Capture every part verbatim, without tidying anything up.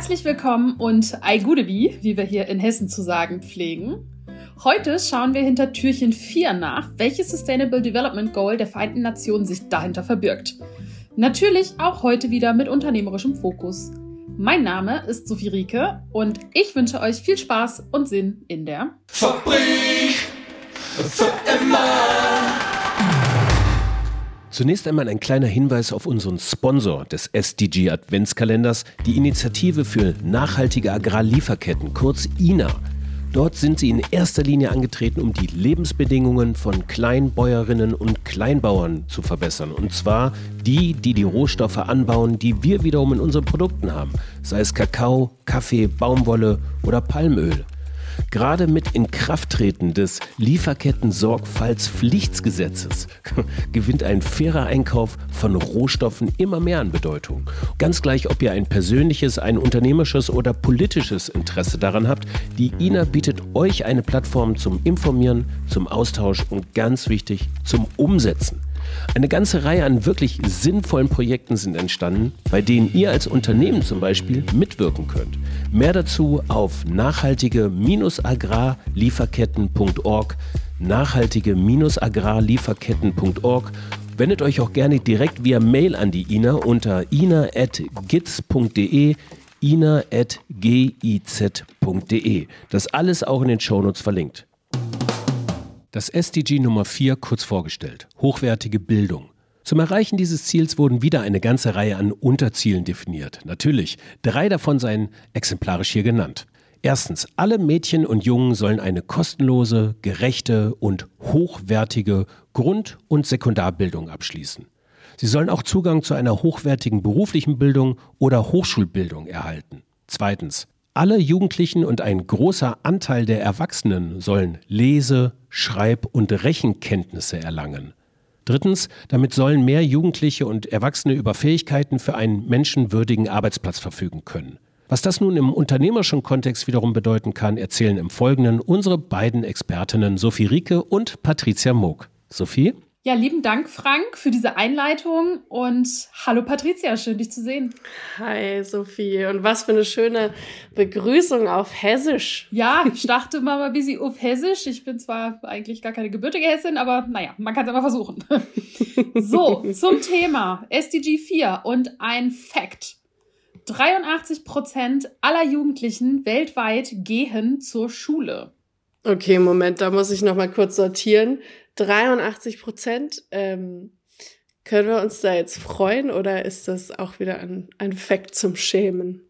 Herzlich willkommen und ei gude wie, wie wir hier in Hessen zu sagen pflegen. Heute schauen wir hinter Türchen vier nach, welches Sustainable Development Goal der Vereinten Nationen sich dahinter verbirgt. Natürlich auch heute wieder mit unternehmerischem Fokus. Mein Name ist Sophie Rieke und ich wünsche euch viel Spaß und Sinn in der Fabrik für immer. Zunächst einmal ein kleiner Hinweis auf unseren Sponsor des S D G Adventskalenders, die Initiative für nachhaltige Agrarlieferketten, kurz I N A. Dort sind sie in erster Linie angetreten, um die Lebensbedingungen von Kleinbäuerinnen und Kleinbauern zu verbessern. Und zwar die, die die Rohstoffe anbauen, die wir wiederum in unseren Produkten haben. Sei es Kakao, Kaffee, Baumwolle oder Palmöl. Gerade mit Inkrafttreten des Lieferketten-Sorgfaltspflichtgesetzes gewinnt ein fairer Einkauf von Rohstoffen immer mehr an Bedeutung. Ganz gleich, ob ihr ein persönliches, ein unternehmerisches oder politisches Interesse daran habt, die I N A bietet euch eine Plattform zum Informieren, zum Austausch und ganz wichtig, zum Umsetzen. Eine ganze Reihe an wirklich sinnvollen Projekten sind entstanden, bei denen ihr als Unternehmen zum Beispiel mitwirken könnt. Mehr dazu auf nachhaltige Agrarlieferketten punkt org, nachhaltige Agrarlieferketten punkt org. Wendet euch auch gerne direkt via Mail an die I N A unter ina at giz punkt de, ina at giz punkt de. Das alles auch in den Shownotes verlinkt. Das S D G Nummer vier kurz vorgestellt. Hochwertige Bildung. Zum Erreichen dieses Ziels wurden wieder eine ganze Reihe an Unterzielen definiert. Natürlich, drei davon seien exemplarisch hier genannt. Erstens, alle Mädchen und Jungen sollen eine kostenlose, gerechte und hochwertige Grund- und Sekundarbildung abschließen. Sie sollen auch Zugang zu einer hochwertigen beruflichen Bildung oder Hochschulbildung erhalten. Zweitens, alle Jugendlichen und ein großer Anteil der Erwachsenen sollen Lese-, Schreib- und Rechenkenntnisse erlangen. Drittens, damit sollen mehr Jugendliche und Erwachsene über Fähigkeiten für einen menschenwürdigen Arbeitsplatz verfügen können. Was das nun im unternehmerischen Kontext wiederum bedeuten kann, erzählen im Folgenden unsere beiden Expertinnen Sophie Rieke und Patricia Moog. Sophie? Ja, lieben Dank, Frank, für diese Einleitung und hallo Patricia, schön dich zu sehen. Hi Sophie, und was für eine schöne Begrüßung auf Hessisch. Ja, ich dachte mal ein bisschen auf Hessisch. Ich bin zwar eigentlich gar keine gebürtige Hessin, aber naja, man kann es immer versuchen. So, zum Thema S D G vier und ein Fact. dreiundachtzig Prozent aller Jugendlichen weltweit gehen zur Schule. Okay, Moment, da muss ich noch mal kurz sortieren. dreiundachtzig Prozent, ähm, können wir uns da jetzt freuen oder ist das auch wieder ein, ein Fact zum Schämen?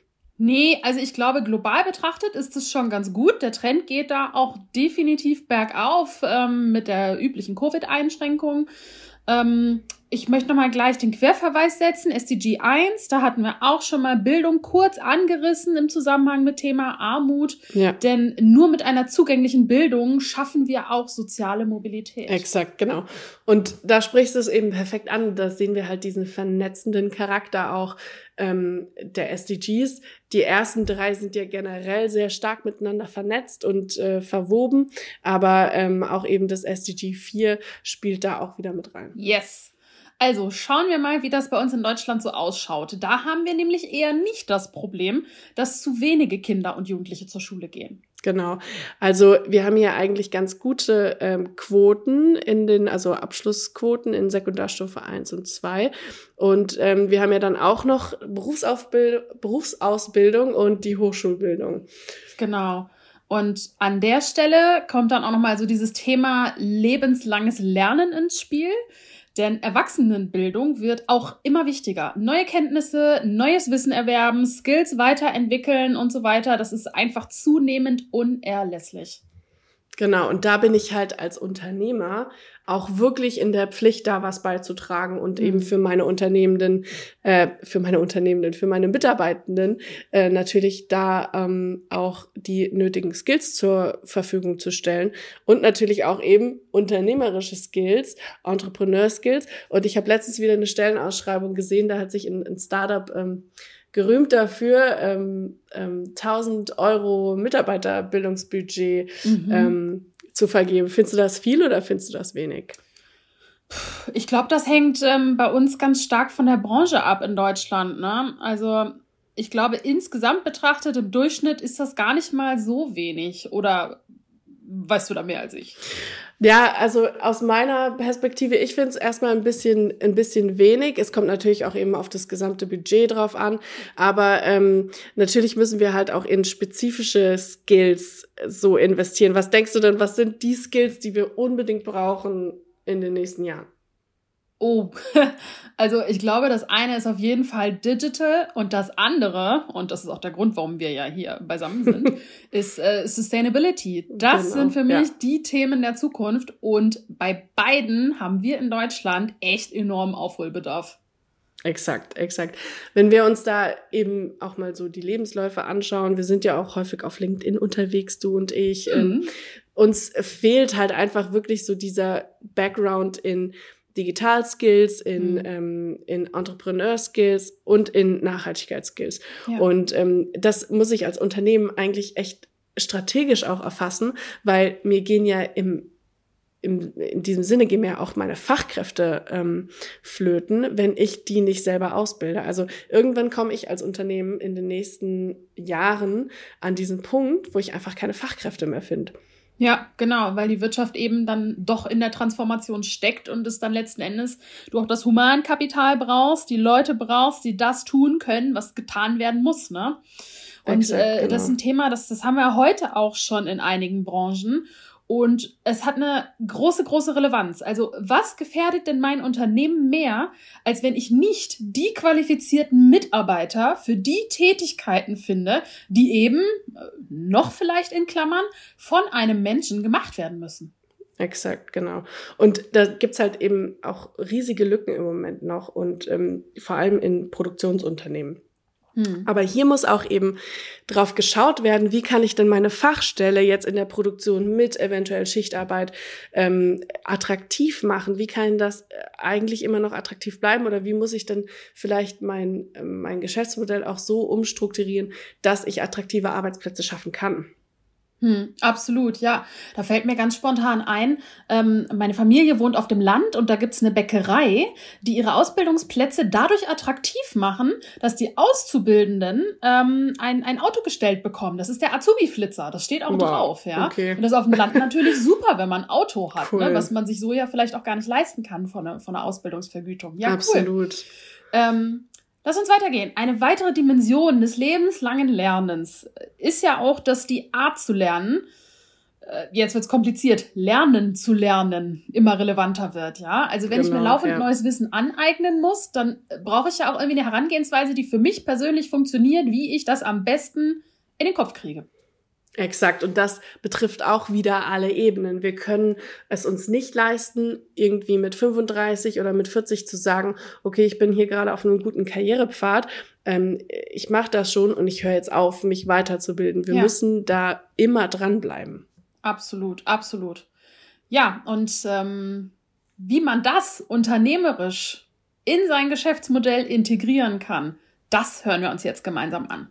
Nee, also ich glaube, global betrachtet ist es schon ganz gut. Der Trend geht da auch definitiv bergauf ähm, mit der üblichen Covid-Einschränkung. Ähm, ich möchte nochmal gleich den Querverweis setzen. S D G eins, da hatten wir auch schon mal Bildung kurz angerissen im Zusammenhang mit Thema Armut. Ja. Denn nur mit einer zugänglichen Bildung schaffen wir auch soziale Mobilität. Exakt, genau. Und da sprichst du es eben perfekt an. Da sehen wir halt diesen vernetzenden Charakter auch ähm, der S D Gs. Die ersten drei sind ja generell sehr stark miteinander vernetzt und äh, verwoben. Aber ähm, auch eben das S D G vier spielt da auch wieder mit rein. Yes. Also schauen wir mal, wie das bei uns in Deutschland so ausschaut. Da haben wir nämlich eher nicht das Problem, dass zu wenige Kinder und Jugendliche zur Schule gehen. Genau. Also wir haben hier eigentlich ganz gute ähm, Quoten in den, also Abschlussquoten in Sekundarstufe eins und zwei. Und ähm, wir haben ja dann auch noch Berufsausbild- Berufsausbildung und die Hochschulbildung. Genau. Und an der Stelle kommt dann auch nochmal so dieses Thema lebenslanges Lernen ins Spiel. Denn Erwachsenenbildung wird auch immer wichtiger. Neue Kenntnisse, neues Wissen erwerben, Skills weiterentwickeln und so weiter. Das ist einfach zunehmend unerlässlich. Genau, und da bin ich halt als Unternehmer auch wirklich in der Pflicht, da was beizutragen und mhm. eben für meine Unternehmenden, äh, für meine Unternehmenden, für meine Mitarbeitenden äh, natürlich da ähm, auch die nötigen Skills zur Verfügung zu stellen und natürlich auch eben unternehmerische Skills, Entrepreneur-Skills. Und ich habe letztens wieder eine Stellenausschreibung gesehen, da hat sich ein, ein Startup ähm, gerühmt dafür, ähm, ähm, tausend Euro Mitarbeiterbildungsbudget mhm. ähm, zu vergeben. Findest du das viel oder findest du das wenig? Ich glaube, das hängt ähm, bei uns ganz stark von der Branche ab in Deutschland, ne? Also ich glaube, insgesamt betrachtet, im Durchschnitt ist das gar nicht mal so wenig. Oder weißt du da mehr als ich? Ja, also aus meiner Perspektive, ich finde es erstmal ein bisschen ein bisschen wenig. Es kommt natürlich auch eben auf das gesamte Budget drauf an. Aber ähm, natürlich müssen wir halt auch in spezifische Skills so investieren. Was denkst du denn, was sind die Skills, die wir unbedingt brauchen in den nächsten Jahren? Oh, also ich glaube, das eine ist auf jeden Fall Digital und das andere, und das ist auch der Grund, warum wir ja hier beisammen sind, ist äh, Sustainability. Das Genau, sind für mich ja. die Themen der Zukunft und bei beiden haben wir in Deutschland echt enormen Aufholbedarf. Exakt, exakt. Wenn wir uns da eben auch mal so die Lebensläufe anschauen, wir sind ja auch häufig auf LinkedIn unterwegs, du und ich, Mhm. ähm, uns fehlt halt einfach wirklich so dieser Background in Digital-Skills, in, Mhm. ähm, in Entrepreneur-Skills und in Nachhaltigkeitsskills. Ja. Und ähm, das muss ich als Unternehmen eigentlich echt strategisch auch erfassen, weil mir gehen ja im Im, in diesem Sinne gehen mir auch meine Fachkräfte ähm, flöten, wenn ich die nicht selber ausbilde. Also irgendwann komme ich als Unternehmen in den nächsten Jahren an diesen Punkt, wo ich einfach keine Fachkräfte mehr finde. Ja, genau, weil die Wirtschaft eben dann doch in der Transformation steckt und es dann letzten Endes du auch das Humankapital brauchst, die Leute brauchst, die das tun können, was getan werden muss, ne? Und Exakt, äh, genau. das ist ein Thema, das, das haben wir heute auch schon in einigen Branchen. Und es hat eine große, große Relevanz. Also was gefährdet denn mein Unternehmen mehr, als wenn ich nicht die qualifizierten Mitarbeiter für die Tätigkeiten finde, die eben, äh, noch vielleicht in Klammern, von einem Menschen gemacht werden müssen? Exakt, genau. Und da gibt's halt eben auch riesige Lücken im Moment noch und ähm, vor allem in Produktionsunternehmen. Hm. Aber hier muss auch eben drauf geschaut werden, wie kann ich denn meine Fachstelle jetzt in der Produktion mit eventuell Schichtarbeit ähm, attraktiv machen? Wie kann das eigentlich immer noch attraktiv bleiben? Oder wie muss ich denn vielleicht mein, ähm, mein Geschäftsmodell auch so umstrukturieren, dass ich attraktive Arbeitsplätze schaffen kann? Hm, absolut, ja. Da fällt mir ganz spontan ein, ähm, meine Familie wohnt auf dem Land und da gibt's eine Bäckerei, die ihre Ausbildungsplätze dadurch attraktiv machen, dass die Auszubildenden ähm, ein, ein Auto gestellt bekommen. Das ist der Azubi-Flitzer, das steht auch Wow, drauf, ja. okay. Und das ist auf dem Land natürlich super, wenn man ein Auto hat, Cool. ne, was man sich so ja vielleicht auch gar nicht leisten kann von einer, von einer Ausbildungsvergütung. Ja, cool. Absolut. Ähm, Lass uns weitergehen. Eine weitere Dimension des lebenslangen Lernens ist ja auch, dass die Art zu lernen, äh, jetzt wird's kompliziert, lernen zu lernen, immer relevanter wird, ja. Also wenn ich mir Genau, laufend ja. neues Wissen aneignen muss, dann äh, brauche ich ja auch irgendwie eine Herangehensweise, die für mich persönlich funktioniert, wie ich das am besten in den Kopf kriege. Exakt. Und das betrifft auch wieder alle Ebenen. Wir können es uns nicht leisten, irgendwie mit fünfunddreißig oder mit vierzig zu sagen, okay, ich bin hier gerade auf einem guten Karrierepfad. Ähm, ich mache das schon und ich höre jetzt auf, mich weiterzubilden. Wir Ja. müssen da immer dranbleiben. Absolut, absolut. Ja, und ähm, wie man das unternehmerisch in sein Geschäftsmodell integrieren kann, das hören wir uns jetzt gemeinsam an.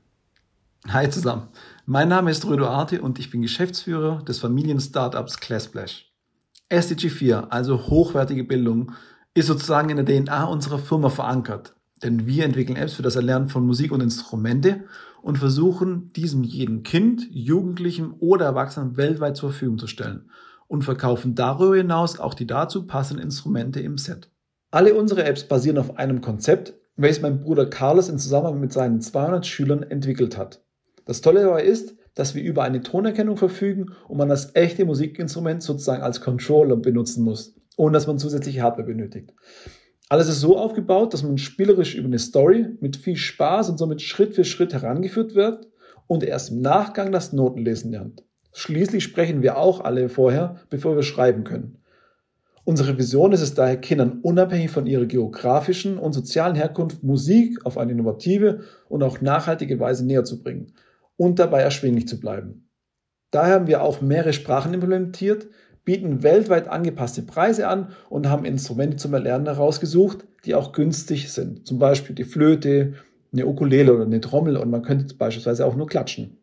Hi zusammen, mein Name ist Rödo Arte und ich bin Geschäftsführer des Familien-Startups Classplash. S D G vier, also hochwertige Bildung, ist sozusagen in der D N A unserer Firma verankert. Denn wir entwickeln Apps für das Erlernen von Musik und Instrumente und versuchen, diesem jedem Kind, Jugendlichem oder Erwachsenen weltweit zur Verfügung zu stellen und verkaufen darüber hinaus auch die dazu passenden Instrumente im Set. Alle unsere Apps basieren auf einem Konzept, welches mein Bruder Carlos in Zusammenarbeit mit seinen zweihundert Schülern entwickelt hat. Das Tolle dabei ist, dass wir über eine Tonerkennung verfügen und man das echte Musikinstrument sozusagen als Controller benutzen muss, ohne dass man zusätzliche Hardware benötigt. Alles ist so aufgebaut, dass man spielerisch über eine Story mit viel Spaß und somit Schritt für Schritt herangeführt wird und erst im Nachgang das Notenlesen lernt. Schließlich sprechen wir auch alle vorher, bevor wir schreiben können. Unsere Vision ist es daher, Kindern unabhängig von ihrer geografischen und sozialen Herkunft Musik auf eine innovative und auch nachhaltige Weise näher zu bringen und dabei erschwinglich zu bleiben. Daher haben wir auch mehrere Sprachen implementiert, bieten weltweit angepasste Preise an und haben Instrumente zum Erlernen herausgesucht, die auch günstig sind. Zum Beispiel die Flöte, eine Ukulele oder eine Trommel und man könnte beispielsweise auch nur klatschen.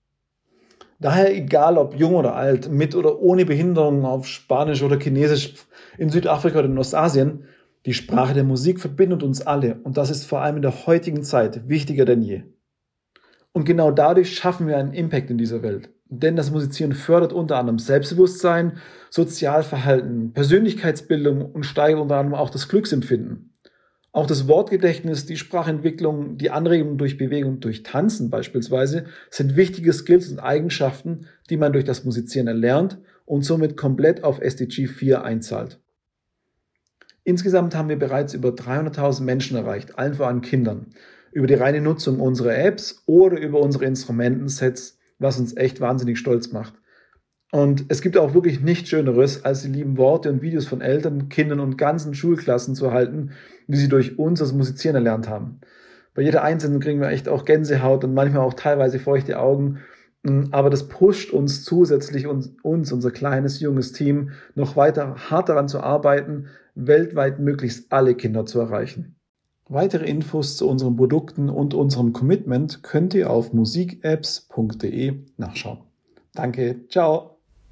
Daher egal ob jung oder alt, mit oder ohne Behinderung, auf Spanisch oder Chinesisch, in Südafrika oder in Ostasien, die Sprache der Musik verbindet uns alle und das ist vor allem in der heutigen Zeit wichtiger denn je. Und genau dadurch schaffen wir einen Impact in dieser Welt. Denn das Musizieren fördert unter anderem Selbstbewusstsein, Sozialverhalten, Persönlichkeitsbildung und steigert unter anderem auch das Glücksempfinden. Auch das Wortgedächtnis, die Sprachentwicklung, die Anregung durch Bewegung, durch Tanzen beispielsweise, sind wichtige Skills und Eigenschaften, die man durch das Musizieren erlernt und somit komplett auf S D G vier einzahlt. Insgesamt haben wir bereits über dreihunderttausend Menschen erreicht, allen voran Kindern, über die reine Nutzung unserer Apps oder über unsere Instrumentensets, was uns echt wahnsinnig stolz macht. Und es gibt auch wirklich nichts Schöneres, als die lieben Worte und Videos von Eltern, Kindern und ganzen Schulklassen zu erhalten, wie sie durch uns das Musizieren erlernt haben. Bei jeder Einzelnen kriegen wir echt auch Gänsehaut und manchmal auch teilweise feuchte Augen. Aber das pusht uns zusätzlich, uns, uns, unser kleines, junges Team, noch weiter hart daran zu arbeiten, weltweit möglichst alle Kinder zu erreichen. Weitere Infos zu unseren Produkten und unserem Commitment könnt ihr auf musikapps punkt de nachschauen. Danke, ciao!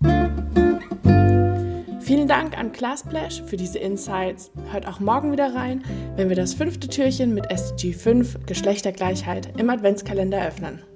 Vielen Dank an Classplash für diese Insights. Hört auch morgen wieder rein, wenn wir das fünfte Türchen mit S D G fünf Geschlechtergleichheit im Adventskalender öffnen.